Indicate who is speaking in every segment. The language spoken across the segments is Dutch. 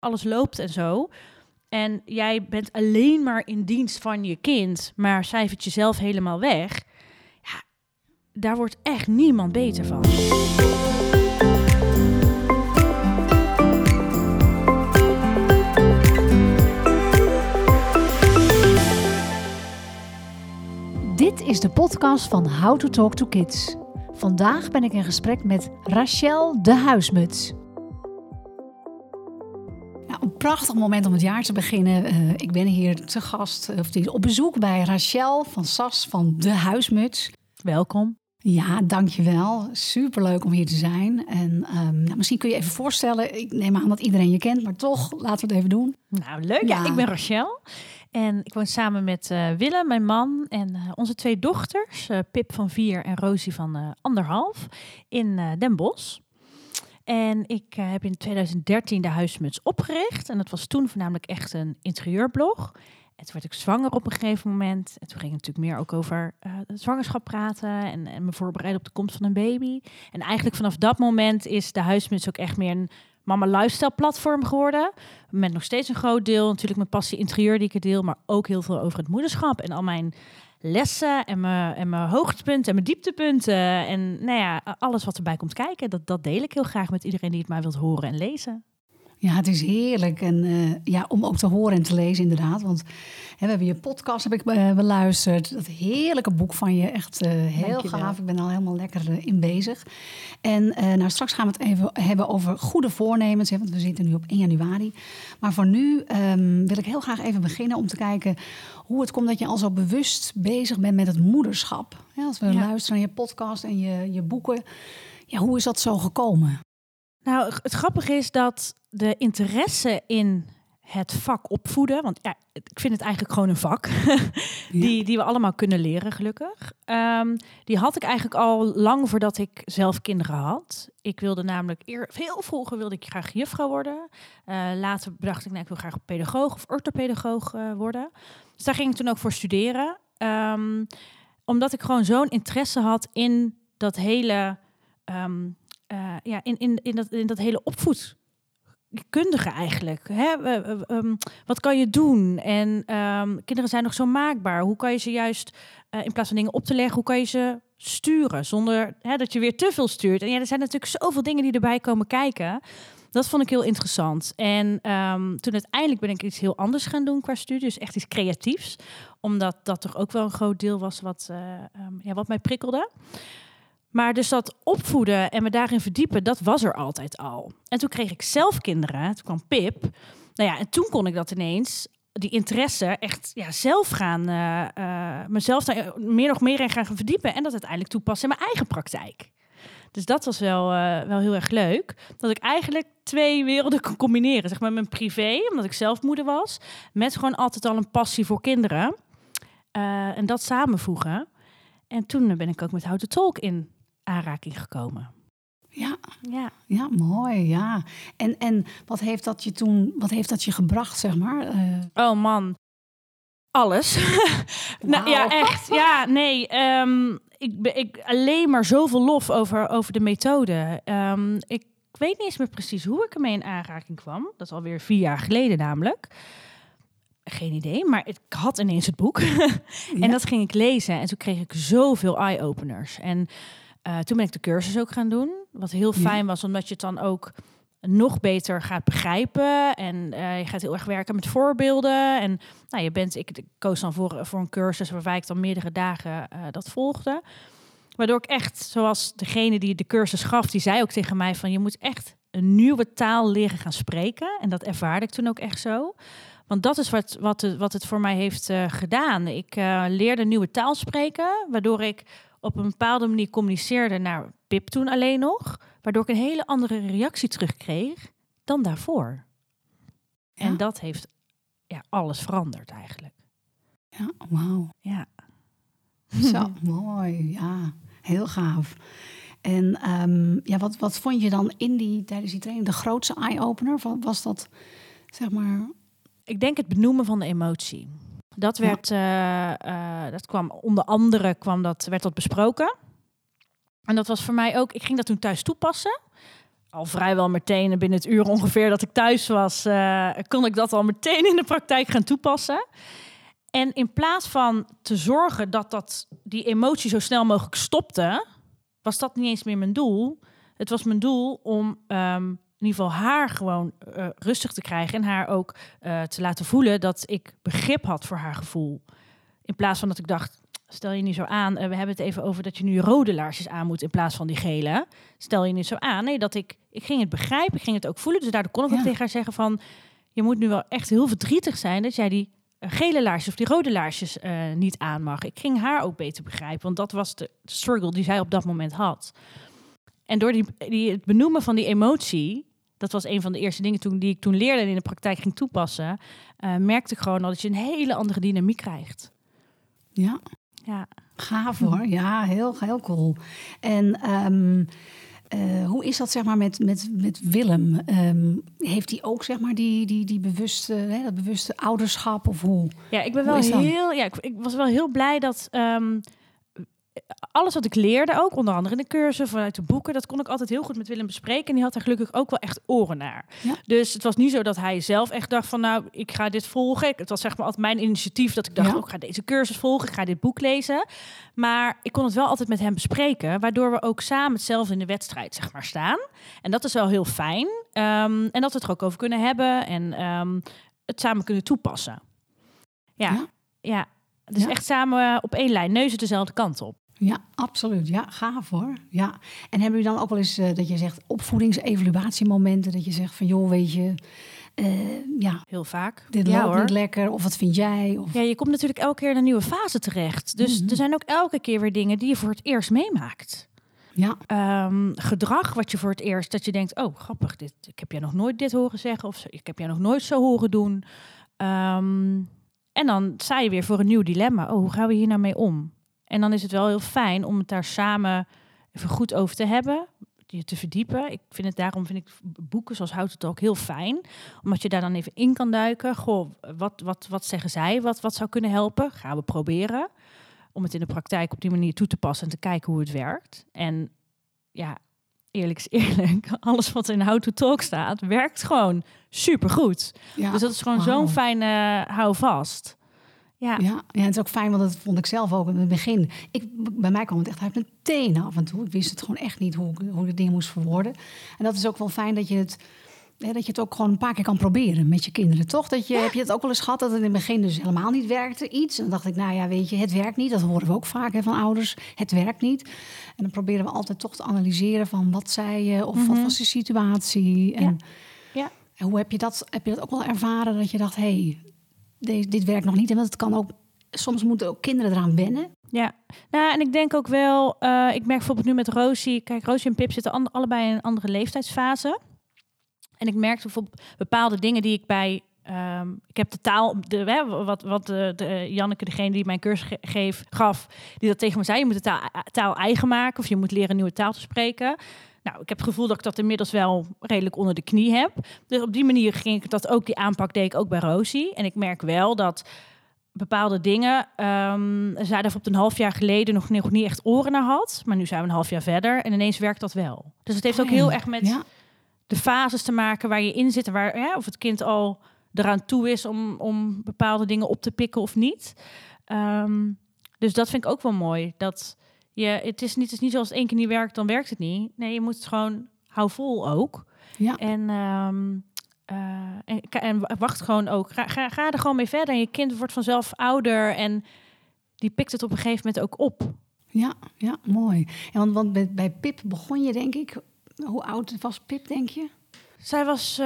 Speaker 1: alles loopt en zo. En jij bent alleen maar in dienst van je kind, maar cijfert jezelf helemaal weg. Ja, daar wordt echt niemand beter van.
Speaker 2: Dit is de podcast van How to Talk to Kids. Vandaag ben ik in gesprek met Rachel de Huismuts. Nou, een prachtig moment om het jaar te beginnen. Ik ben hier te gast, op bezoek bij Rachel van SAS van de Huismuts.
Speaker 1: Welkom.
Speaker 2: Ja, dankjewel. Superleuk om hier te zijn. En misschien kun je even voorstellen, ik neem aan dat iedereen je kent, maar toch, laten we het even doen.
Speaker 1: Nou, leuk. Ja, ik ben Rachel. En ik woon samen met Willem, mijn man, en onze 2 dochters, Pip van 4 en Rosie van 1,5, in Den Bosch. En ik heb in 2013 de Huismuts opgericht. En dat was toen voornamelijk echt een interieurblog. En toen werd ik zwanger op een gegeven moment. En toen ging het natuurlijk meer ook over het zwangerschap praten en me voorbereiden op de komst van een baby. En eigenlijk vanaf dat moment is de Huismuts ook echt meer een mama lifestyle platform geworden. Met nog steeds een groot deel natuurlijk mijn passie interieur die ik deel, maar ook heel veel over het moederschap en al mijn lessen en mijn hoogtepunten en mijn dieptepunten. En nou ja, alles wat erbij komt kijken, dat deel ik heel graag met iedereen die het maar wilt horen en lezen.
Speaker 2: Ja, het is heerlijk en om ook te horen en te lezen inderdaad. Want we hebben je podcast heb ik beluisterd. Dat heerlijke boek van je, echt heel gaaf. Ik ben al helemaal lekker in bezig. En straks gaan we het even hebben over goede voornemens. Want we zitten nu op 1 januari. Maar voor nu wil ik heel graag even beginnen om te kijken hoe het komt dat je al zo bewust bezig bent met het moederschap. Ja, als we luisteren naar je podcast en je boeken. Ja, hoe is dat zo gekomen?
Speaker 1: Nou, het grappige is dat de interesse in het vak opvoeden, want ja, ik vind het eigenlijk gewoon een vak, die we allemaal kunnen leren, gelukkig. Die had ik eigenlijk al lang voordat ik zelf kinderen had. Ik wilde namelijk veel vroeger wilde ik graag juffrouw worden. Later bedacht ik, ik wil graag pedagoog of orthopedagoog worden. Dus daar ging ik toen ook voor studeren. Omdat ik gewoon zo'n interesse had in dat hele in dat hele opvoedkundige eigenlijk. Hè? Wat kan je doen? En kinderen zijn nog zo maakbaar. Hoe kan je ze juist, in plaats van dingen op te leggen, hoe kan je ze sturen zonder dat je weer te veel stuurt? En ja, er zijn natuurlijk zoveel dingen die erbij komen kijken. Dat vond ik heel interessant. En toen uiteindelijk ben ik iets heel anders gaan doen qua studie. Dus echt iets creatiefs. Omdat dat toch ook wel een groot deel was wat mij prikkelde. Maar dus dat opvoeden en me daarin verdiepen, dat was er altijd al. En toen kreeg ik zelf kinderen. Toen kwam Pip. Nou ja, en toen kon ik dat ineens, die interesse, echt zelf gaan, mezelf daar nog meer in gaan verdiepen. En dat uiteindelijk toepassen in mijn eigen praktijk. Dus dat was wel heel erg leuk. Dat ik eigenlijk 2 werelden kon combineren. Zeg maar mijn privé, omdat ik zelf moeder was, met gewoon altijd al een passie voor kinderen. En dat samenvoegen. En toen ben ik ook met How to Talk in aanraking gekomen.
Speaker 2: Ja, mooi, ja. En wat heeft dat je gebracht, zeg maar?
Speaker 1: Oh man, alles. Nou, ja, echt. Ja, nee. Ik alleen maar zoveel lof over de methode. Ik weet niet eens meer precies hoe ik ermee in aanraking kwam. Dat is alweer 4 jaar geleden namelijk. Geen idee, maar ik had ineens het boek. En dat ging ik lezen. En toen kreeg ik zoveel eye-openers. En toen ben ik de cursus ook gaan doen. Wat heel fijn was, omdat je het dan ook nog beter gaat begrijpen. En je gaat heel erg werken met voorbeelden. En ik koos dan voor een cursus waarbij ik dan meerdere dagen dat volgde. Waardoor ik echt, zoals degene die de cursus gaf, die zei ook tegen mij van, je moet echt een nieuwe taal leren gaan spreken. En dat ervaarde ik toen ook echt zo. Want dat is wat het voor mij heeft gedaan. Ik leerde een nieuwe taal spreken, waardoor ik op een bepaalde manier communiceerde naar Pip toen alleen nog. Waardoor ik een hele andere reactie terugkreeg dan daarvoor. Ja. En dat heeft alles veranderd eigenlijk.
Speaker 2: Ja, wauw.
Speaker 1: Ja.
Speaker 2: Zo, mooi. Ja, heel gaaf. En wat vond je dan tijdens die training de grootste eye-opener? Was dat, zeg maar...
Speaker 1: Ik denk het benoemen van de emotie. Dat werd, dat kwam onder andere, werd dat besproken. En dat was voor mij ook, ik ging dat toen thuis toepassen. al vrijwel meteen binnen het uur ongeveer dat ik thuis was, kon ik dat al meteen in de praktijk gaan toepassen. En in plaats van te zorgen dat die emotie zo snel mogelijk stopte, was dat niet eens meer mijn doel. Het was mijn doel om in ieder geval haar gewoon rustig te krijgen en haar ook te laten voelen dat ik begrip had voor haar gevoel. In plaats van dat ik dacht, stel je niet zo aan, we hebben het even over dat je nu rode laarsjes aan moet in plaats van die gele. Stel je niet zo aan. Nee, dat ik ging het begrijpen, ik ging het ook voelen. Dus daardoor kon ik ook tegen haar zeggen van, je moet nu wel echt heel verdrietig zijn dat jij die gele laarsjes of die rode laarsjes niet aan mag. Ik ging haar ook beter begrijpen, want dat was de struggle die zij op dat moment had. En door het benoemen van die emotie, dat was een van de eerste dingen die ik toen leerde en in de praktijk ging toepassen, merkte ik gewoon al dat je een hele andere dynamiek krijgt.
Speaker 2: Ja. Gaaf hoor. Ja, heel, heel cool. En hoe is dat zeg maar met Willem? Heeft hij ook zeg maar die bewuste, dat bewuste ouderschap of hoe?
Speaker 1: Ja, ik ben wel ik was wel heel blij dat alles wat ik leerde ook, onder andere in de cursus, vanuit de boeken, dat kon ik altijd heel goed met Willem bespreken. En die had er gelukkig ook wel echt oren naar. Ja. Dus het was niet zo dat hij zelf echt dacht van, nou, ik ga dit volgen. Het was zeg maar altijd mijn initiatief dat ik dacht, ik ga deze cursus volgen, ik ga dit boek lezen. Maar ik kon het wel altijd met hem bespreken, waardoor we ook samen hetzelfde in de wedstrijd zeg maar staan. En dat is wel heel fijn. En dat we het er ook over kunnen hebben en het samen kunnen toepassen. Ja. Dus echt samen op één lijn, neuzen dezelfde kant op.
Speaker 2: Ja, absoluut. Ja, gaaf hoor. Ja. En hebben jullie dan ook wel eens dat je zegt opvoedings-evaluatiemomenten, dat je zegt van joh, weet je,
Speaker 1: heel vaak.
Speaker 2: Dit loopt niet lekker, of wat vind jij? Of...
Speaker 1: Ja, je komt natuurlijk elke keer in een nieuwe fase terecht. Dus er zijn ook elke keer weer dingen die je voor het eerst meemaakt.
Speaker 2: Ja.
Speaker 1: Gedrag wat je voor het eerst, dat je denkt, oh grappig, ik heb jij nog nooit dit horen zeggen of ik heb jij nog nooit zo horen doen. En dan sta je weer voor een nieuw dilemma. Oh, hoe gaan we hier nou mee om? En dan is het wel heel fijn om het daar samen even goed over te hebben, je te verdiepen. Daarom vind ik boeken zoals How to Talk heel fijn, omdat je daar dan even in kan duiken. Goh, wat zeggen zij? Wat zou kunnen helpen? Gaan we proberen om het in de praktijk op die manier toe te passen en te kijken hoe het werkt. En ja, eerlijk is eerlijk, alles wat in How to Talk staat, werkt gewoon supergoed. Ja, dus dat is gewoon zo'n fijne houvast. Ja,
Speaker 2: het is ook fijn, want dat vond ik zelf ook in het begin. Bij mij kwam het echt uit mijn tenen af en toe. Ik wist het gewoon echt niet hoe de dingen moest verwoorden. En dat is ook wel fijn dat je het ook gewoon een paar keer kan proberen met je kinderen, toch? Heb je het ook wel eens gehad dat het in het begin dus helemaal niet werkte, iets? En dan dacht ik, nou ja, weet je, het werkt niet. Dat horen we ook vaak van ouders. Het werkt niet. En dan proberen we altijd toch te analyseren van wat zei je of wat was de situatie. En hoe heb je dat ook wel ervaren dat je dacht, dit werkt nog niet. En het kan ook, soms moeten ook kinderen eraan wennen.
Speaker 1: Ja, nou, en ik denk ook wel, ik merk bijvoorbeeld nu met Rosie. Kijk, Rosie en Pip zitten allebei in een andere leeftijdsfase. En ik merkte bijvoorbeeld bepaalde dingen die ik bij... ik heb de taal, Janneke, degene die mijn cursus gaf, die dat tegen me zei. Je moet de taal eigen maken of je moet leren een nieuwe taal te spreken. Nou, ik heb het gevoel dat ik dat inmiddels wel redelijk onder de knie heb. Dus op die manier ging ik dat ook, die aanpak deed ik ook bij Rosie. En ik merk wel dat bepaalde dingen, zij daar bijvoorbeeld een half jaar geleden nog niet echt oren naar had. Maar nu zijn we een half jaar verder en ineens werkt dat wel. Dus het heeft ook heel erg met de fases te maken waar je in zit. Of het kind al eraan toe is om bepaalde dingen op te pikken of niet. Dus dat vind ik ook wel mooi. Dat het is niet zoals het één keer niet werkt, dan werkt het niet. Nee, je moet het gewoon, hou vol ook. Ja. En wacht gewoon ook. Ga er gewoon mee verder. En je kind wordt vanzelf ouder en die pikt het op een gegeven moment ook op.
Speaker 2: Ja, mooi. En want bij Pip begon je, denk ik... Hoe oud was Pip, denk je?
Speaker 1: Zij was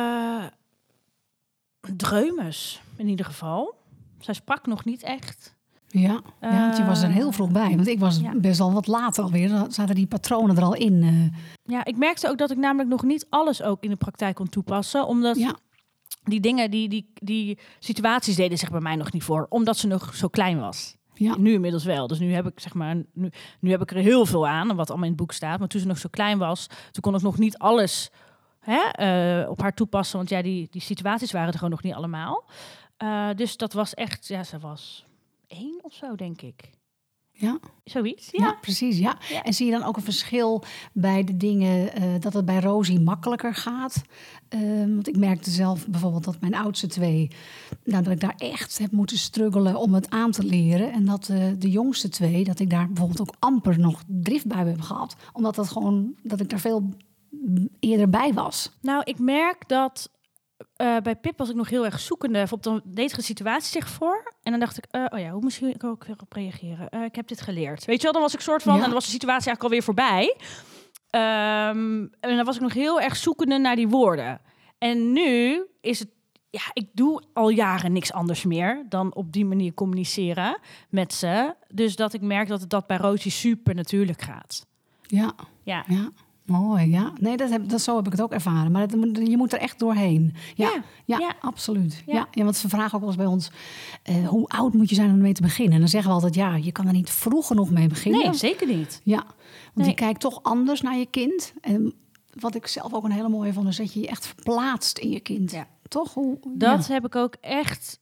Speaker 1: dreumes, in ieder geval. Zij sprak nog niet echt.
Speaker 2: Ja, want je was er heel vroeg bij. Want ik was best al wat later alweer. Dan zaten die patronen er al in.
Speaker 1: Ja, ik merkte ook dat ik namelijk nog niet alles ook in de praktijk kon toepassen. Omdat die dingen, die situaties deden zich bij mij nog niet voor. Omdat ze nog zo klein was. Ja. Nu inmiddels wel. Dus nu heb ik nu heb ik er heel veel aan, wat allemaal in het boek staat. Maar toen ze nog zo klein was, toen kon ik nog niet alles op haar toepassen. Want die situaties waren er gewoon nog niet allemaal. Dus dat was echt, ze was 1 of zo, denk ik.
Speaker 2: Ja.
Speaker 1: Zoiets,
Speaker 2: Ja, precies. Ja. En zie je dan ook een verschil bij de dingen dat het bij Rosie makkelijker gaat? Want ik merkte zelf bijvoorbeeld dat mijn oudste 2... dat ik daar echt heb moeten struggelen om het aan te leren. En dat de jongste 2, dat ik daar bijvoorbeeld ook amper nog drift bij heb gehad. Omdat dat ik daar veel eerder bij was.
Speaker 1: Nou, ik merk dat bij Pip was ik nog heel erg zoekende. Op dan deed de situatie zich voor. En dan dacht ik, hoe misschien ik ook weer op reageren? Ik heb dit geleerd. Weet je wel, dan was ik soort van... En dan was de situatie eigenlijk alweer voorbij. En dan was ik nog heel erg zoekende naar die woorden. En nu is het... Ja, ik doe al jaren niks anders meer dan op die manier communiceren met ze. Dus dat ik merk dat het bij Rosie super natuurlijk gaat.
Speaker 2: Ja. Mooi, ja. Nee, zo heb ik het ook ervaren. Maar je moet er echt doorheen. Ja, absoluut. Ja, want ze vragen ook wel eens bij ons... hoe oud moet je zijn om ermee te beginnen? En dan zeggen we altijd, je kan er niet vroeg genoeg mee beginnen.
Speaker 1: Nee, zeker niet.
Speaker 2: Ja, want je kijkt toch anders naar je kind. En wat ik zelf ook een hele mooie vond... is dat je je echt verplaatst in je kind. Ja. Toch?
Speaker 1: Dat heb ik ook echt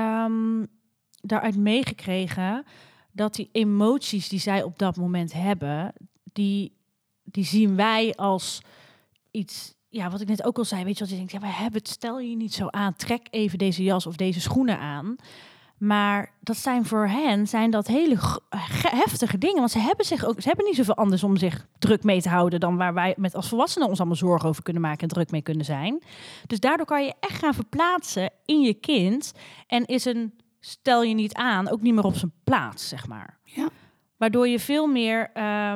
Speaker 1: daaruit meegekregen... dat die emoties die zij op dat moment hebben... die zien wij als iets, wat ik net ook al zei, weet je wat je denkt, wij hebben het, stel je niet zo aan, trek even deze jas of deze schoenen aan. Maar dat zijn voor hen hele heftige dingen, want ze hebben niet zoveel anders om zich druk mee te houden dan waar wij met als volwassenen ons allemaal zorgen over kunnen maken en druk mee kunnen zijn. Dus daardoor kan je echt gaan verplaatsen in je kind en is stel je niet aan ook niet meer op zijn plaats, zeg maar.
Speaker 2: Ja.
Speaker 1: Waardoor je veel meer...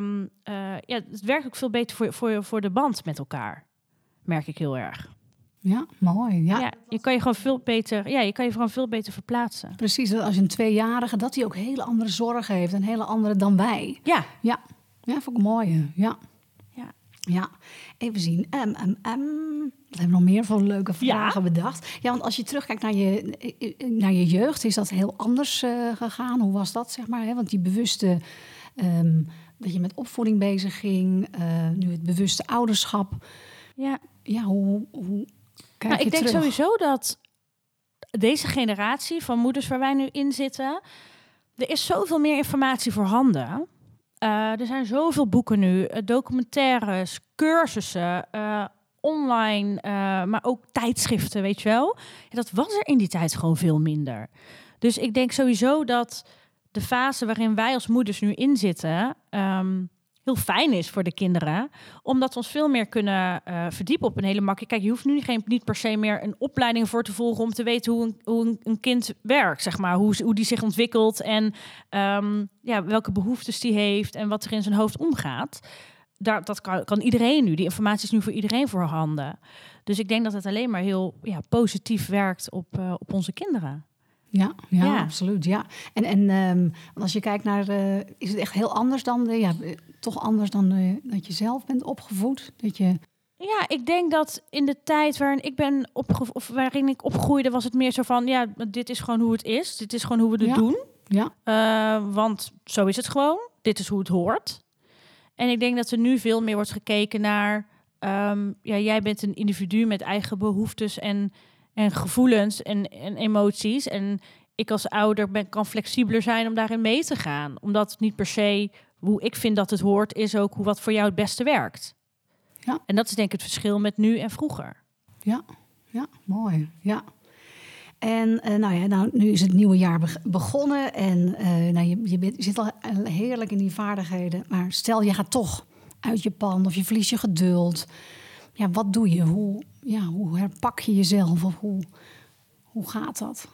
Speaker 1: het werkt ook veel beter voor de band met elkaar. Merk ik heel erg.
Speaker 2: Ja, mooi. Ja.
Speaker 1: Je kan je gewoon veel beter verplaatsen.
Speaker 2: Precies, als je een 2-jarige... dat hij ook hele andere zorgen heeft. Een hele andere dan wij.
Speaker 1: Ja,
Speaker 2: vond ik mooi. Ja. Even zien. Wat hebben we nog meer voor leuke vragen bedacht? Ja, want als je terugkijkt naar je jeugd... is dat heel anders gegaan. Hoe was dat, zeg maar? Hè? Want die bewuste... dat je met opvoeding bezig ging. Nu het bewuste ouderschap. Ja, hoe kijk je
Speaker 1: ik denk
Speaker 2: terug?
Speaker 1: sowieso dat deze generatie van moeders waar wij nu in zitten... er is zoveel meer informatie voorhanden. Er zijn zoveel boeken nu. Documentaires, cursussen... online, maar ook tijdschriften, weet je wel. Dat was er in die tijd gewoon veel minder. Dus ik denk sowieso dat de fase waarin wij als moeders nu in zitten... heel fijn is voor de kinderen. Omdat we ons veel meer kunnen verdiepen op een hele makkelijke... Kijk, je hoeft nu niet per se meer een opleiding voor te volgen... om te weten hoe een kind werkt, zeg maar. Hoe die zich ontwikkelt en welke behoeftes die heeft... en wat er in zijn hoofd omgaat... Dat kan iedereen nu. Die informatie is nu voor iedereen voorhanden. Dus ik denk dat het alleen maar heel positief werkt op onze kinderen.
Speaker 2: Ja, absoluut. Ja. En als je kijkt naar... is het echt heel anders dan... toch anders dan dat je zelf bent opgevoed?
Speaker 1: Ja, ik denk dat in de tijd waarin ik opgroeide... was het meer zo van... dit is gewoon hoe het is. Dit is gewoon hoe we het doen. Ja. Want zo is het gewoon. Dit is hoe het hoort. En ik denk dat er nu veel meer wordt gekeken naar... jij bent een individu met eigen behoeftes en gevoelens en emoties. En ik als ouder kan flexibeler zijn om daarin mee te gaan. Omdat het niet per se hoe ik vind dat het hoort... is ook wat voor jou het beste werkt. Ja. En dat is denk ik het verschil met nu en vroeger.
Speaker 2: Ja, mooi. Ja. En nu is het nieuwe jaar begonnen en je zit al heerlijk in die vaardigheden. Maar stel, je gaat toch uit je pan of je verliest je geduld. Ja, wat doe je? Hoe herpak je jezelf? Of hoe gaat dat?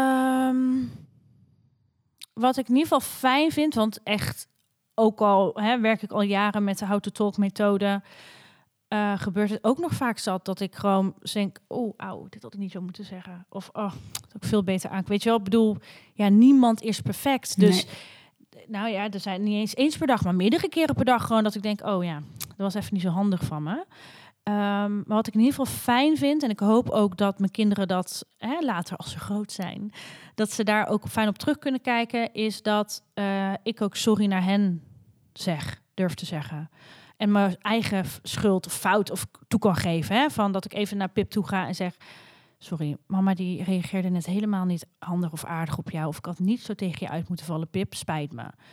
Speaker 1: Wat ik in ieder geval fijn vind, want echt ook al werk ik al jaren met de How to Talk methode... gebeurt het ook nog vaak zat dat ik gewoon denk... dit had ik niet zo moeten zeggen. Of, dat ik veel beter aan. Weet je wel, ik bedoel, niemand is perfect. Dus, er zijn niet eens per dag... maar meerdere keren per dag gewoon dat ik denk... dat was even niet zo handig van me. Maar wat ik in ieder geval fijn vind... en ik hoop ook dat mijn kinderen dat later als ze groot zijn... dat ze daar ook fijn op terug kunnen kijken... is dat ik ook sorry naar hen durf te zeggen... En mijn eigen schuld of fout of toe kan geven. Hè? Van dat ik even naar Pip toe ga en zeg... Sorry, mama die reageerde net helemaal niet handig of aardig op jou. Of ik had niet zo tegen je uit moeten vallen, Pip. Spijt me.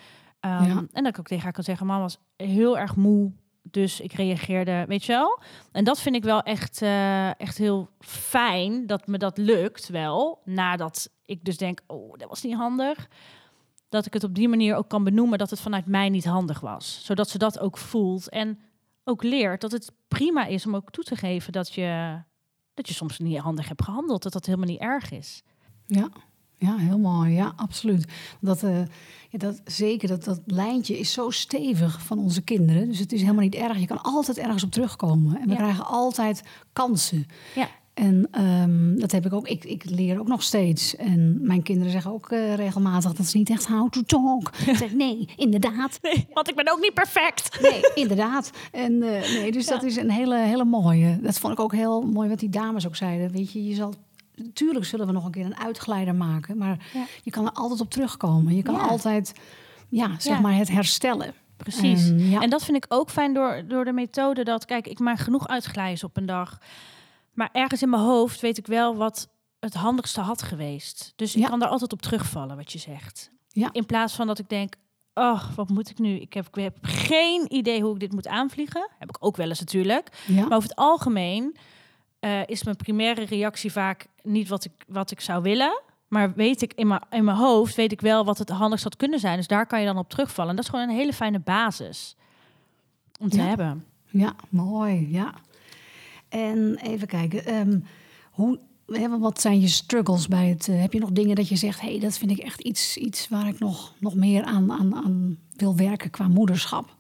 Speaker 1: En dat ik ook tegen haar kan zeggen, mama was heel erg moe. Dus ik reageerde, weet je wel. En dat vind ik wel echt heel fijn dat me dat lukt wel. Nadat ik dus denk, dat was niet handig. Dat ik het op die manier ook kan benoemen dat het vanuit mij niet handig was. Zodat ze dat ook voelt. En ook leert dat het prima is om ook toe te geven dat je soms niet handig hebt gehandeld. Dat helemaal niet erg is.
Speaker 2: Ja, heel mooi. Ja, absoluut. Dat lijntje is zo stevig van onze kinderen. Dus het is helemaal niet erg. Je kan altijd ergens op terugkomen. En we krijgen altijd kansen. Ja. En dat heb ik ook. Ik leer ook nog steeds. En mijn kinderen zeggen ook regelmatig dat ze niet echt how to talk. Ik zeg nee, inderdaad.
Speaker 1: Nee, want ik ben ook niet perfect.
Speaker 2: Nee, inderdaad. En dus dat is een hele mooie. Dat vond ik ook heel mooi wat die dames ook zeiden. Weet je, natuurlijk zullen we nog een keer een uitgeleider maken. Maar je kan er altijd op terugkomen. Je kan altijd, maar het herstellen.
Speaker 1: Precies. En dat vind ik ook fijn door de methode dat, kijk, ik maak genoeg uitgeleiders op een dag. Maar ergens in mijn hoofd weet ik wel wat het handigste had geweest. Dus ik kan daar altijd op terugvallen, wat je zegt. Ja. In plaats van dat ik denk, wat moet ik nu? Ik heb geen idee hoe ik dit moet aanvliegen. Heb ik ook wel eens natuurlijk. Ja. Maar over het algemeen is mijn primaire reactie vaak niet wat ik zou willen. Maar weet ik in mijn hoofd weet ik wel wat het handigst had kunnen zijn. Dus daar kan je dan op terugvallen. En dat is gewoon een hele fijne basis om te hebben.
Speaker 2: Ja, mooi. Ja. En even kijken, wat zijn je struggles bij het? Heb je nog dingen dat je zegt, dat vind ik echt iets waar ik nog meer aan wil werken qua moederschap?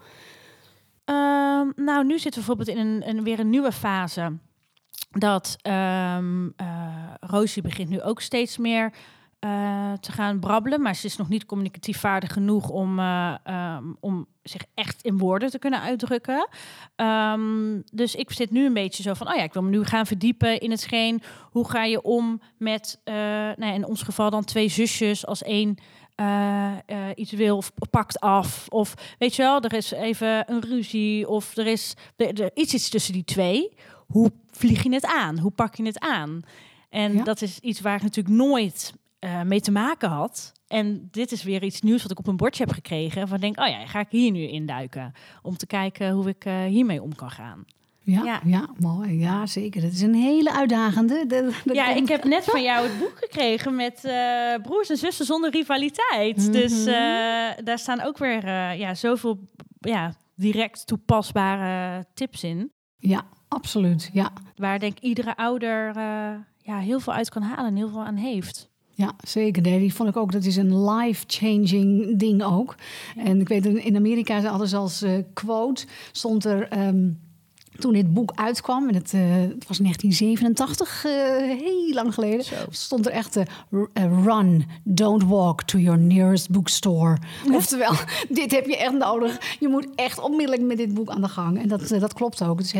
Speaker 1: Nu zitten we bijvoorbeeld in weer een nieuwe fase. Dat Roosje begint nu ook steeds meer te gaan brabbelen. Maar ze is nog niet communicatief vaardig genoeg om zich echt in woorden te kunnen uitdrukken. Dus ik zit nu een beetje zo van, ik wil me nu gaan verdiepen in hetgeen. Hoe ga je om met, in ons geval dan 2 zusjes als 1 iets wil of pakt af. Of weet je wel, er is even een ruzie of er is iets tussen die 2. Hoe vlieg je het aan? Hoe pak je het aan? En dat is iets waar ik natuurlijk nooit mee te maken had. En dit is weer iets nieuws wat ik op een bordje heb gekregen. Van denk, ga ik hier nu induiken. Om te kijken hoe ik hiermee om kan gaan.
Speaker 2: Ja, mooi. Ja, zeker. Dat is een hele uitdagende.
Speaker 1: Ik heb net van jou het boek gekregen met broers en zussen zonder rivaliteit. Mm-hmm. Dus daar staan ook weer zoveel direct toepasbare tips in.
Speaker 2: Ja, absoluut. Ja.
Speaker 1: Waar denk ik iedere ouder heel veel uit kan halen en heel veel aan heeft.
Speaker 2: Ja, zeker. Nee, die vond ik ook. Dat is een life-changing ding ook. Ja. En ik weet, in Amerika hadden ze als quote, stond er toen dit boek uitkwam, en het was 1987, heel lang geleden, stond er echt run, don't walk to your nearest bookstore. Ja. Oftewel, dit heb je echt nodig. Je moet echt onmiddellijk met dit boek aan de gang. En dat klopt ook. Het is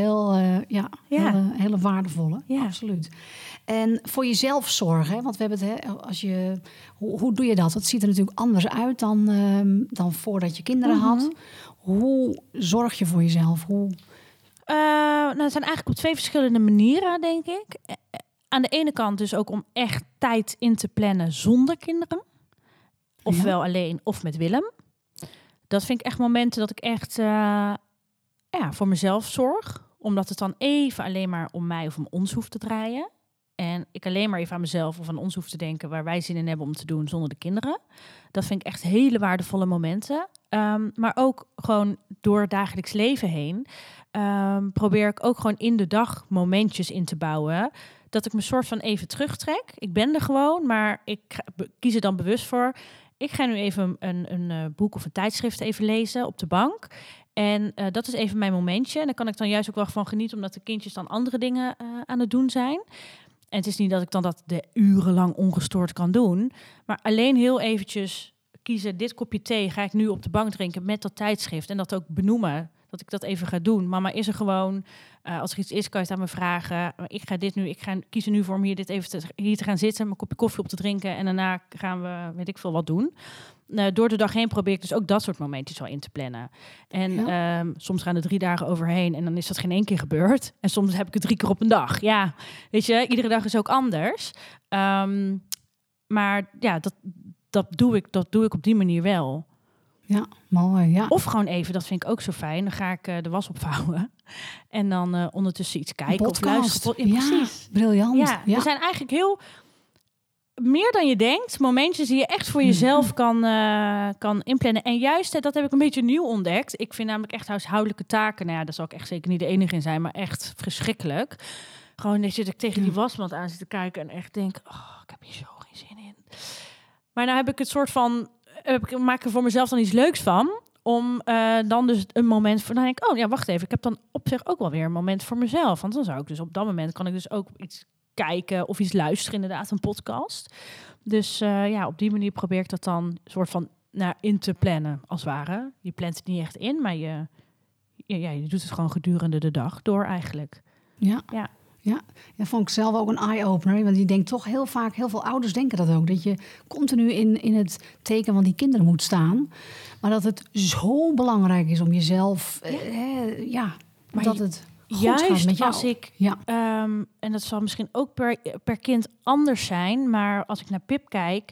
Speaker 2: hele waardevolle. Ja. Absoluut. En voor jezelf zorgen, want we hebben het, hoe doe je dat? Dat ziet er natuurlijk anders uit dan voordat je kinderen had. Hoe zorg je voor jezelf?
Speaker 1: Het zijn eigenlijk op 2 verschillende manieren, denk ik. Aan de ene kant dus ook om echt tijd in te plannen zonder kinderen. Ofwel alleen of met Willem. Dat vind ik echt momenten dat ik echt voor mezelf zorg. Omdat het dan even alleen maar om mij of om ons hoeft te draaien. En ik alleen maar even aan mezelf of aan ons hoef te denken waar wij zin in hebben om te doen zonder de kinderen. Dat vind ik echt hele waardevolle momenten. Maar ook gewoon door het dagelijks leven heen probeer ik ook gewoon in de dag momentjes in te bouwen. Dat ik me soort van even terugtrek. Ik ben er gewoon, maar ik kies er dan bewust voor. Ik ga nu even een boek of een tijdschrift even lezen op de bank. En dat is even mijn momentje. En daar kan ik dan juist ook wel van genieten, omdat de kindjes dan andere dingen aan het doen zijn. En het is niet dat ik dan dat urenlang ongestoord kan doen. Maar alleen heel eventjes kiezen, dit kopje thee ga ik nu op de bank drinken met dat tijdschrift. En dat ook benoemen, dat ik dat even ga doen. Mama is er gewoon. Als er iets is, kan je het aan me vragen. Ik ga kiezen nu voor om hier te gaan zitten, mijn kopje koffie op te drinken. En daarna gaan we, weet ik veel, wat doen. Door de dag heen probeer ik dus ook dat soort momentjes wel in te plannen. En soms gaan er 3 dagen overheen en dan is dat geen 1 keer gebeurd. En soms heb ik het 3 keer op een dag. Ja, weet je, iedere dag is ook anders. Maar ja, dat doe ik op die manier wel.
Speaker 2: Ja, mooi, ja.
Speaker 1: Of gewoon even, dat vind ik ook zo fijn. Dan ga ik de was opvouwen. En dan ondertussen iets kijken of luisteren.
Speaker 2: Ja, precies. Briljant.
Speaker 1: Ja, we zijn eigenlijk heel... Meer dan je denkt. Momentjes die je echt voor jezelf kan inplannen. En juist, dat heb ik een beetje nieuw ontdekt. Ik vind namelijk echt huishoudelijke taken... Nou ja, daar zal ik echt zeker niet de enige in zijn... maar echt verschrikkelijk. Gewoon dat ik tegen die wasmand aan zit te kijken... en echt denk, ik heb hier zo geen zin in. Maar nou heb ik het soort van... maak er voor mezelf dan iets leuks van... om dan dus een moment voor... Dan denk ik, wacht even. Ik heb dan op zich ook wel weer een moment voor mezelf. Want dan zou ik dus op dat moment... kan ik dus ook iets kijken of iets luisteren, inderdaad, een podcast. Dus op die manier probeer ik dat dan soort van in te plannen, als het ware. Je plant het niet echt in, maar je doet het gewoon gedurende de dag door eigenlijk.
Speaker 2: Ja. Dat vond ik zelf ook een eye-opener. Want je denkt toch heel vaak, heel veel ouders denken dat ook. Dat je continu in het teken van die kinderen moet staan. Maar dat het zo belangrijk is om jezelf... maar dat het...
Speaker 1: Juist als ik, en dat zal misschien ook per kind anders zijn, maar als ik naar Pip kijk,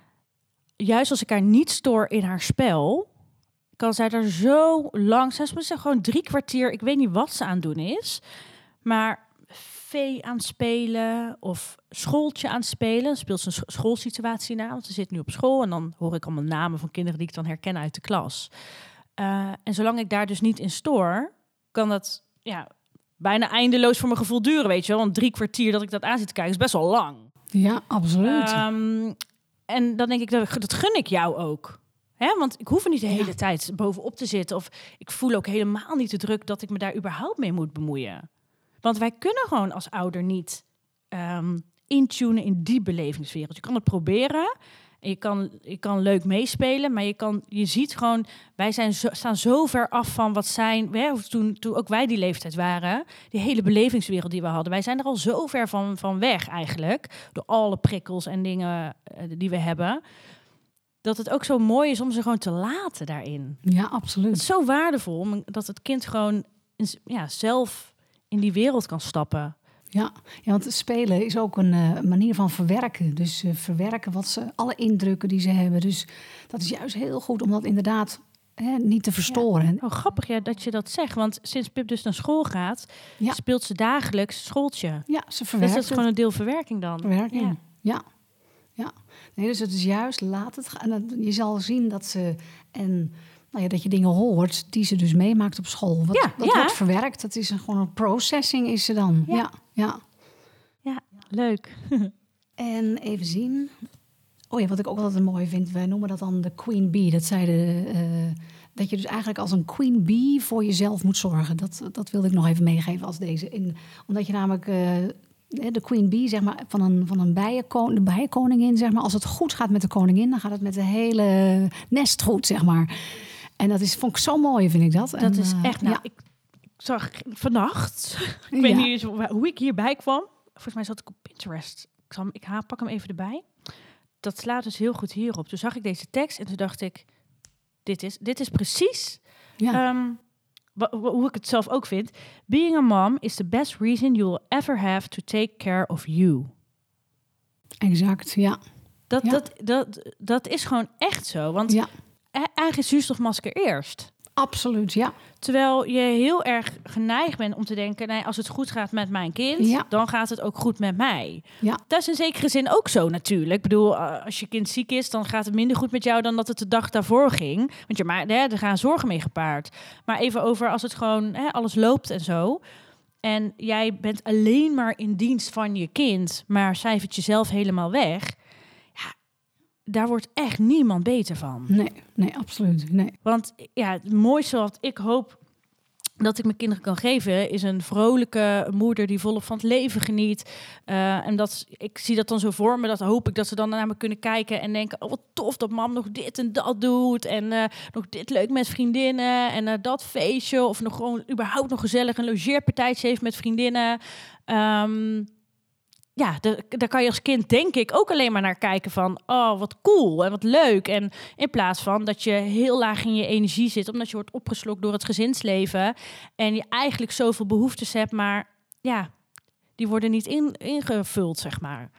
Speaker 1: juist als ik haar niet stoor in haar spel, kan zij er zo lang, zij is gewoon 3 kwartier, ik weet niet wat ze aan het doen is, maar vee aan het spelen of schooltje aan het spelen. Dan speelt ze een schoolsituatie na, want ze zit nu op school en dan hoor ik allemaal namen van kinderen die ik dan herken uit de klas. En zolang ik daar dus niet in stoor, kan dat bijna eindeloos voor mijn gevoel duren, weet je wel. Want 3 kwartier dat ik dat aan zit te kijken is best wel lang.
Speaker 2: Ja, absoluut.
Speaker 1: En dan denk ik, dat gun ik jou ook. Hè? Want ik hoef er niet de hele tijd bovenop te zitten. Of ik voel ook helemaal niet de druk dat ik me daar überhaupt mee moet bemoeien. Want wij kunnen gewoon als ouder niet intunen in die belevingswereld. Je kan het proberen... Je kan leuk meespelen, maar je ziet gewoon... Wij staan zo ver af van wat zijn... Toen ook wij die leeftijd waren... Die hele belevingswereld die we hadden. Wij zijn er al zo ver van weg eigenlijk. Door alle prikkels en dingen die we hebben. Dat het ook zo mooi is om ze gewoon te laten daarin.
Speaker 2: Ja, absoluut.
Speaker 1: Het is zo waardevol dat het kind gewoon zelf in die wereld kan stappen.
Speaker 2: Ja, want spelen is ook een manier van verwerken. Dus verwerken alle indrukken die ze hebben. Dus dat is juist heel goed om dat inderdaad niet te verstoren.
Speaker 1: Ja. Grappig dat je dat zegt. Want sinds Pip dus naar school gaat, speelt ze dagelijks schooltje.
Speaker 2: Ja, ze verwerkt.
Speaker 1: Dus dat is gewoon een deel verwerking dan.
Speaker 2: Verwerking, ja. Nee, dus het is juist, laat het gaan. En je zal zien dat ze... dat je dingen hoort die ze dus meemaakt op school. Dat wordt verwerkt. Dat is gewoon een processing is ze dan. Ja,
Speaker 1: leuk.
Speaker 2: En even zien. Wat ik ook altijd mooi vind. Wij noemen dat dan de queen bee. Dat dat je dus eigenlijk als een queen bee voor jezelf moet zorgen. Dat wilde ik nog even meegeven als deze. Omdat je namelijk... de queen bee, zeg maar, van een de bijenkoningin, zeg maar. Als het goed gaat met de koningin, dan gaat het met de hele nest goed, zeg maar. En vond ik zo mooi, vind ik dat.
Speaker 1: Dat is echt, ik zag vannacht, ik weet niet eens hoe ik hierbij kwam. Volgens mij zat ik op Pinterest. Ik pak hem even erbij. Dat slaat dus heel goed hierop. Toen zag ik deze tekst en toen dacht ik, dit is precies... hoe ik het zelf ook vind. Being a mom is the best reason you will ever have to take care of you.
Speaker 2: Exact, ja.
Speaker 1: Dat is gewoon echt zo. Want eigen zuurstofmasker eerst.
Speaker 2: Absoluut, ja.
Speaker 1: Terwijl je heel erg geneigd bent om te denken... nee, als het goed gaat met mijn kind, dan gaat het ook goed met mij. Ja. Dat is in zekere zin ook zo natuurlijk. Ik bedoel, als je kind ziek is, dan gaat het minder goed met jou... dan dat het de dag daarvoor ging. Want er gaan zorgen mee gepaard. Maar even over als het gewoon alles loopt en zo... en jij bent alleen maar in dienst van je kind... maar cijfert jezelf helemaal weg... daar wordt echt niemand beter van.
Speaker 2: Nee, absoluut. Nee.
Speaker 1: Want het mooiste wat ik hoop dat ik mijn kinderen kan geven... is een vrolijke moeder die volop van het leven geniet. En ik zie dat dan zo voor me. Dat hoop ik dat ze dan naar me kunnen kijken en denken... wat tof dat mam nog dit en dat doet. En nog dit leuk met vriendinnen. En dat feestje. Of nog gewoon überhaupt nog gezellig een logeerpartijtje heeft met vriendinnen. Daar kan je als kind denk ik ook alleen maar naar kijken van... oh, wat cool en wat leuk. En in plaats van dat je heel laag in je energie zit... omdat je wordt opgeslokt door het gezinsleven... en je eigenlijk zoveel behoeftes hebt, maar die worden niet ingevuld, zeg maar.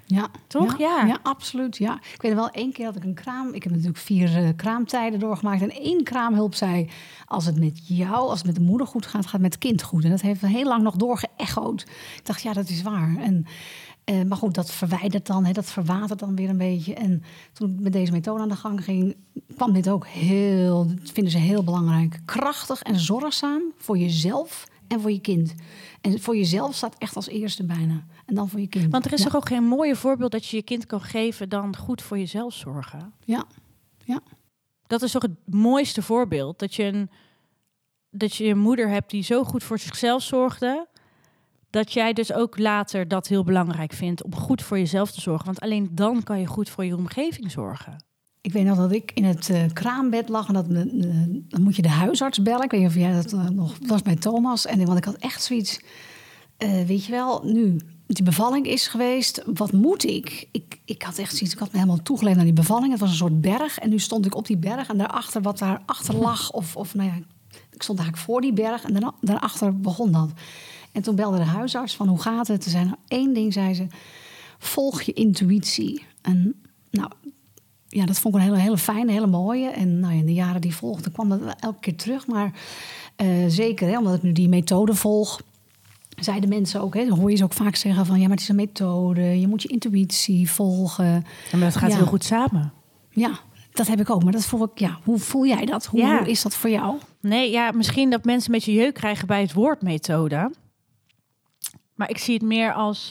Speaker 2: Ja.
Speaker 1: Toch?
Speaker 2: Ja, absoluut. Ja. Ik weet wel, 1 keer had ik een kraam. Ik heb natuurlijk 4 kraamtijden doorgemaakt. En 1 kraamhulp zei, als het met jou, als het met de moeder goed gaat, gaat het met het kind goed. En dat heeft heel lang nog doorgeëchoed. Ik dacht, ja, dat is waar. Maar goed, dat verwijdert dan, dat verwatert dan weer een beetje. En toen ik met deze methode aan de gang ging, kwam dit ook dat vinden ze heel belangrijk. Krachtig en zorgzaam voor jezelf en voor je kind. En voor jezelf staat echt als eerste bijna. En dan voor je kind.
Speaker 1: Want er is toch ook geen mooier voorbeeld dat je je kind kan geven dan goed voor jezelf zorgen?
Speaker 2: Ja.
Speaker 1: Dat is toch het mooiste voorbeeld. Dat je een moeder hebt die zo goed voor zichzelf zorgde, dat jij dus ook later dat heel belangrijk vindt om goed voor jezelf te zorgen. Want alleen dan kan je goed voor je omgeving zorgen.
Speaker 2: Ik weet nog dat ik in het kraambed lag en dan moet je de huisarts bellen. Ik weet niet of jij dat nog was bij Thomas. Want ik had echt zoiets, weet je wel, nu die bevalling is geweest, wat moet ik? Ik had echt zoiets, ik had me helemaal toegeleefd naar die bevalling. Het was een soort berg en nu stond ik op die berg en daarachter wat daarachter lag. Of nou ja, ik stond eigenlijk voor die berg en daarachter begon dat. En toen belde de huisarts van hoe gaat het? Er zei 1 ding, zei ze, volg je intuïtie. En nou, ja, dat vond ik een hele fijne, hele mooie. En nou ja, in de jaren die volgden kwam dat elke keer terug. Maar zeker, omdat ik nu die methode volg, zeiden mensen ook, dan hoor je ze ook vaak zeggen van, ja, maar het is een methode. Je moet je intuïtie volgen.
Speaker 1: Ja, maar dat gaat heel goed samen.
Speaker 2: Ja, dat heb ik ook. Maar dat voel ik, ja, hoe voel jij dat? Hoe is dat voor jou?
Speaker 1: Nee, ja, misschien dat mensen een beetje jeuk krijgen bij het woord methode. Maar ik zie het meer als,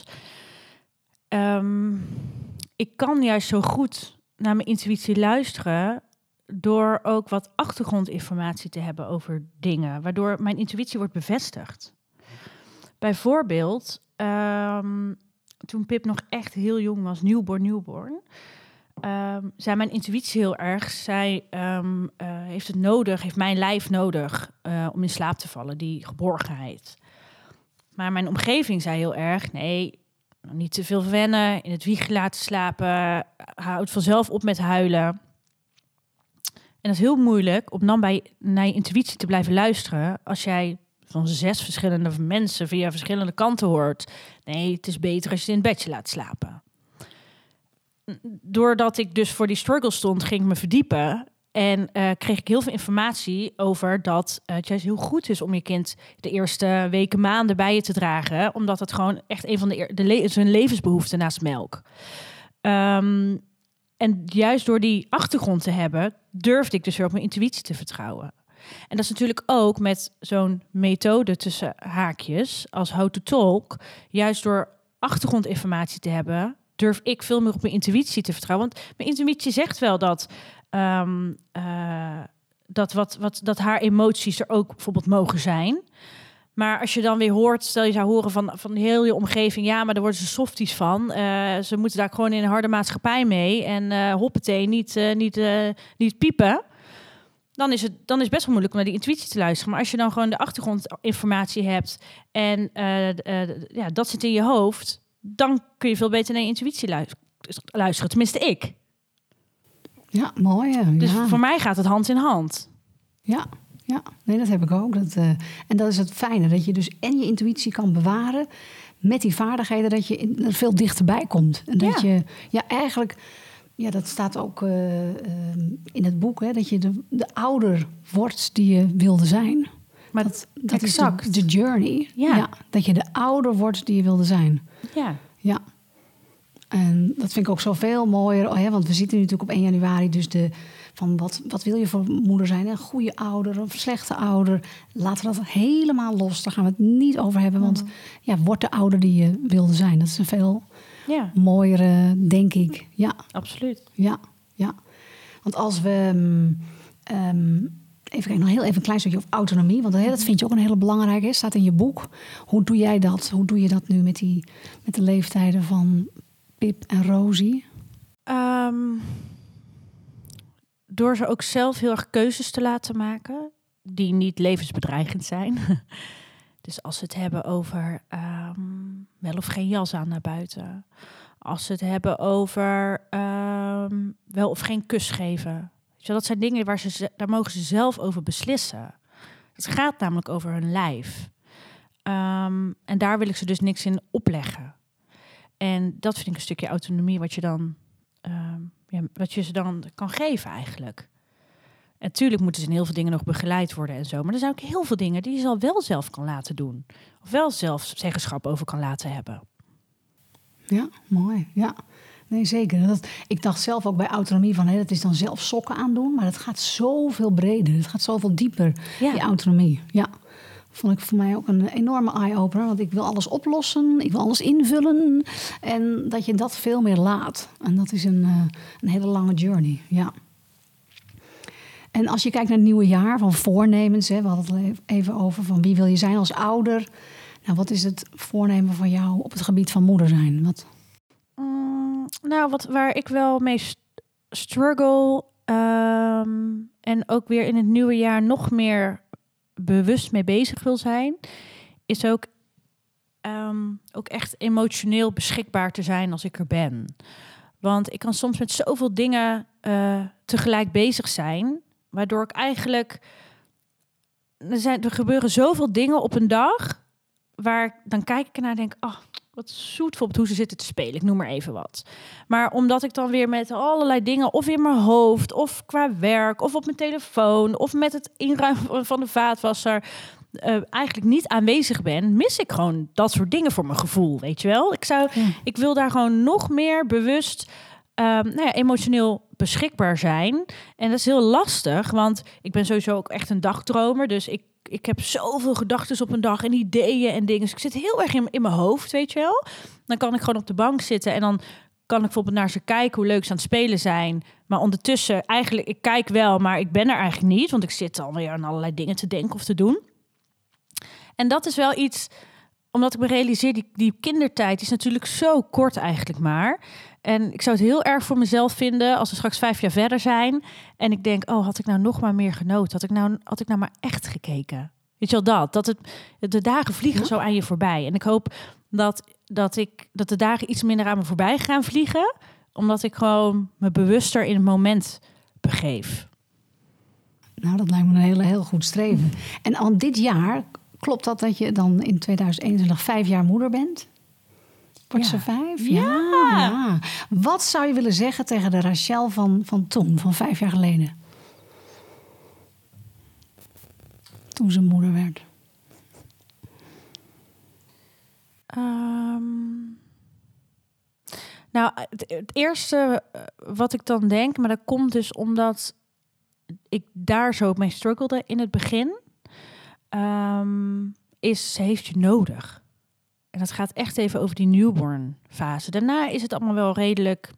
Speaker 1: ik kan juist zo goed naar mijn intuïtie luisteren door ook wat achtergrondinformatie te hebben over dingen, waardoor mijn intuïtie wordt bevestigd. Bijvoorbeeld, toen Pip nog echt heel jong was, newborn, zei mijn intuïtie heel erg. Zij heeft mijn lijf nodig om in slaap te vallen, die geborgenheid. Maar mijn omgeving zei heel erg, nee, niet te veel wennen, in het wiegje laten slapen, houdt vanzelf op met huilen. En dat is heel moeilijk om dan naar je intuïtie te blijven luisteren als jij van 6 verschillende mensen via verschillende kanten hoort. Nee, het is beter als je het in het bedje laat slapen. Doordat ik dus voor die struggle stond, ging ik me verdiepen. En kreeg ik heel veel informatie over dat het juist heel goed is om je kind de eerste weken, maanden bij je te dragen. Omdat het gewoon echt een van zijn levensbehoeften naast melk. En juist door die achtergrond te hebben, durfde ik dus weer op mijn intuïtie te vertrouwen. En dat is natuurlijk ook met zo'n methode tussen haakjes als How to Talk. Juist door achtergrondinformatie te hebben, durf ik veel meer op mijn intuïtie te vertrouwen. Want mijn intuïtie zegt wel dat dat haar emoties er ook bijvoorbeeld mogen zijn. Maar als je dan weer hoort, stel je zou horen van heel je omgeving, ja, maar daar worden ze softies van. Ze moeten daar gewoon in een harde maatschappij mee. En hoppatee, niet piepen. Dan is het best wel moeilijk om naar die intuïtie te luisteren. Maar als je dan gewoon de achtergrondinformatie hebt en dat zit in je hoofd, dan kun je veel beter naar je intuïtie luisteren. Tenminste, ik.
Speaker 2: Ja, mooi.
Speaker 1: Dus voor mij gaat het hand in hand.
Speaker 2: Ja, nee, dat heb ik ook. En dat is het fijne, dat je dus en je intuïtie kan bewaren met die vaardigheden, dat je er veel dichterbij komt. En dat je eigenlijk, dat staat ook in het boek, hè, dat je de ouder wordt die je wilde zijn.
Speaker 1: Maar
Speaker 2: dat is de journey. Ja, dat je de ouder wordt die je wilde zijn. Ja. En dat vind ik ook zoveel mooier. Want we zitten nu natuurlijk op 1 januari. Dus wat wil je voor moeder zijn? Een goede ouder, een slechte ouder. Laten we dat helemaal los. Daar gaan we het niet over hebben. Want word de ouder die je wilde zijn. Dat is een veel mooiere, denk ik. Ja,
Speaker 1: absoluut.
Speaker 2: Ja. Want als we... even kijken, nog heel even een klein stukje over autonomie. Want dat vind je ook een hele belangrijke. Staat in je boek. Hoe doe jij dat? Hoe doe je dat nu met de leeftijden van Pip en Rosie?
Speaker 1: Door ze ook zelf heel erg keuzes te laten maken die niet levensbedreigend zijn. Dus als ze het hebben over wel of geen jas aan naar buiten. Als ze het hebben over wel of geen kus geven. Dat zijn dingen daar mogen ze zelf over beslissen. Het gaat namelijk over hun lijf. En daar wil ik ze dus niks in opleggen. En dat vind ik een stukje autonomie wat je ze dan kan geven eigenlijk. En natuurlijk moeten ze in heel veel dingen nog begeleid worden en zo. Maar er zijn ook heel veel dingen die je al wel zelf kan laten doen. Of wel zelf zeggenschap over kan laten hebben.
Speaker 2: Ja, mooi. Ja, nee, zeker. Ik dacht zelf ook bij autonomie van, dat is dan zelf sokken aandoen. Maar het gaat zoveel breder. Het gaat zoveel dieper, die autonomie. Ja, vond ik voor mij ook een enorme eye-opener. Want ik wil alles oplossen, ik wil alles invullen. En dat je dat veel meer laat. En dat is een hele lange journey, ja. En als je kijkt naar het nieuwe jaar van voornemens, we hadden het even over van wie wil je zijn als ouder. Nou, wat is het voornemen van jou op het gebied van moeder zijn?
Speaker 1: Waar ik wel mee struggle en ook weer in het nieuwe jaar nog meer bewust mee bezig wil zijn, is ook echt emotioneel beschikbaar te zijn als ik er ben. Want ik kan soms met zoveel dingen tegelijk bezig zijn, waardoor ik eigenlijk... Er gebeuren zoveel dingen op een dag, dan kijk ik ernaar en denk, wat zoet, bijvoorbeeld hoe ze zitten te spelen. Ik noem maar even wat. Maar omdat ik dan weer met allerlei dingen, of in mijn hoofd, of qua werk, of op mijn telefoon, of met het inruimen van de vaatwasser, eigenlijk niet aanwezig ben, mis ik gewoon dat soort dingen voor mijn gevoel, weet je wel? Ik wil daar gewoon nog meer bewust emotioneel beschikbaar zijn. En dat is heel lastig, want ik ben sowieso ook echt een dagdromer. Dus ik heb zoveel gedachten op een dag en ideeën en dingen. Dus ik zit heel erg in mijn hoofd, weet je wel. Dan kan ik gewoon op de bank zitten en dan kan ik bijvoorbeeld naar ze kijken hoe leuk ze aan het spelen zijn. Maar ondertussen, eigenlijk, ik kijk wel, maar ik ben er eigenlijk niet. Want ik zit dan weer aan allerlei dingen te denken of te doen. En dat is wel iets, omdat ik me realiseer, die kindertijd is natuurlijk zo kort eigenlijk maar. En ik zou het heel erg voor mezelf vinden als we straks 5 jaar verder zijn. En ik denk, had ik nou nog maar meer genoten? Had ik nou maar echt gekeken? Weet je wel dat de dagen vliegen zo aan je voorbij. En ik hoop dat de dagen iets minder aan me voorbij gaan vliegen. Omdat ik gewoon me bewuster in het moment begeef.
Speaker 2: Nou, dat lijkt me een heel goed streven. En al dit jaar, klopt dat je dan in 2021 5 jaar moeder bent? Wordt ze 5? Ja. Wat zou je willen zeggen tegen de Rachel van toen, van 5 jaar geleden? Toen ze moeder werd.
Speaker 1: Het eerste wat ik dan denk, maar dat komt dus omdat ik daar zo mee struggelde in het begin, is ze heeft je nodig. En dat gaat echt even over die newborn fase. Daarna is het allemaal wel redelijk,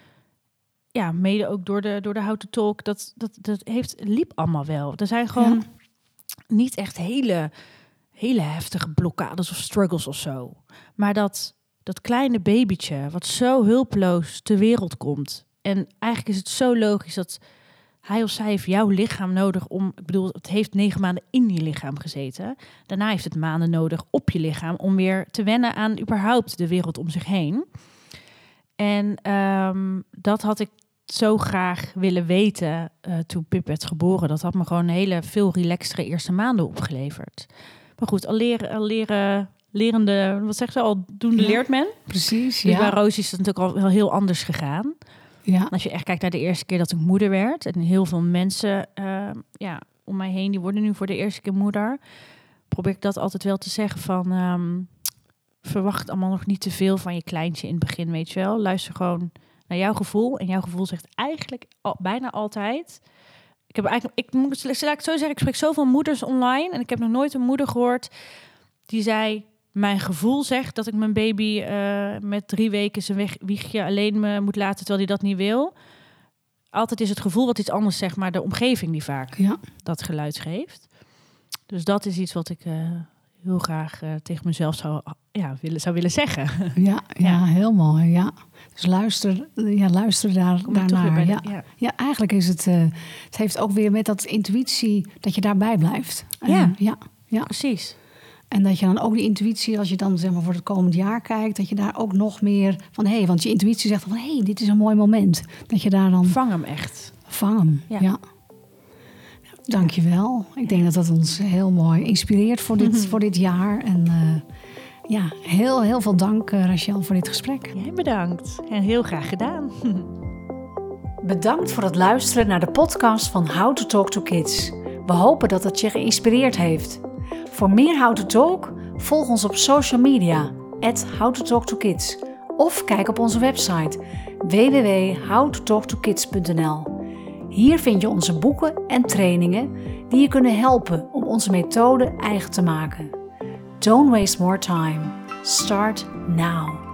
Speaker 1: mede ook door de houten talk, dat liep allemaal wel. Er zijn gewoon niet echt hele heftige blokkades of struggles of zo. Maar dat kleine babytje, wat zo hulpeloos ter wereld komt. En eigenlijk is het zo logisch dat hij of zij heeft jouw lichaam nodig om... Ik bedoel, het heeft 9 maanden in je lichaam gezeten. Daarna heeft het maanden nodig op je lichaam om weer te wennen aan überhaupt de wereld om zich heen. En dat had ik zo graag willen weten toen Pip werd geboren. Dat had me gewoon een veel relaxtere eerste maanden opgeleverd. Maar goed, lerende, wat zegt ze al, doende leert men.
Speaker 2: Precies,
Speaker 1: dus bij Roos is het natuurlijk al wel heel anders gegaan.
Speaker 2: Ja.
Speaker 1: Als je echt kijkt naar de eerste keer dat ik moeder werd. En heel veel mensen om mij heen, die worden nu voor de eerste keer moeder. Probeer ik dat altijd wel te zeggen van... verwacht allemaal nog niet te veel van je kleintje in het begin, weet je wel. Luister gewoon naar jouw gevoel. En jouw gevoel zegt eigenlijk bijna altijd... laat ik het zo zeggen, ik spreek zoveel moeders online. En ik heb nog nooit een moeder gehoord die zei... Mijn gevoel zegt dat ik mijn baby met 3 weken zijn wiegje alleen moet laten, terwijl hij dat niet wil. Altijd is het gevoel wat iets anders zegt, maar de omgeving die vaak dat geluid geeft. Dus dat is iets wat ik heel graag tegen mezelf zou willen zeggen.
Speaker 2: Ja, heel mooi. Ja. Dus luister daarnaar. Ja, eigenlijk is het heeft ook weer met dat intuïtie dat je daarbij blijft.
Speaker 1: Ja, precies.
Speaker 2: En dat je dan ook die intuïtie, als je dan zeg maar voor het komend jaar kijkt, dat je daar ook nog meer van, want je intuïtie zegt van, dit is een mooi moment. Dat je daar dan...
Speaker 1: Vang hem echt.
Speaker 2: Vang hem, ja. Dankjewel. Ik denk dat ons heel mooi inspireert voor dit jaar. En Ja, heel veel dank Rachel voor dit gesprek.
Speaker 1: Jij bedankt en heel graag gedaan.
Speaker 2: Bedankt voor het luisteren naar de podcast van How to Talk to Kids. We hopen dat het je geïnspireerd heeft. Voor meer How to Talk, volg ons op social media @howtotalktokids of kijk op onze website www.howtotalktokids.nl. Hier vind je onze boeken en trainingen die je kunnen helpen om onze methode eigen te maken. Don't waste more time. Start now.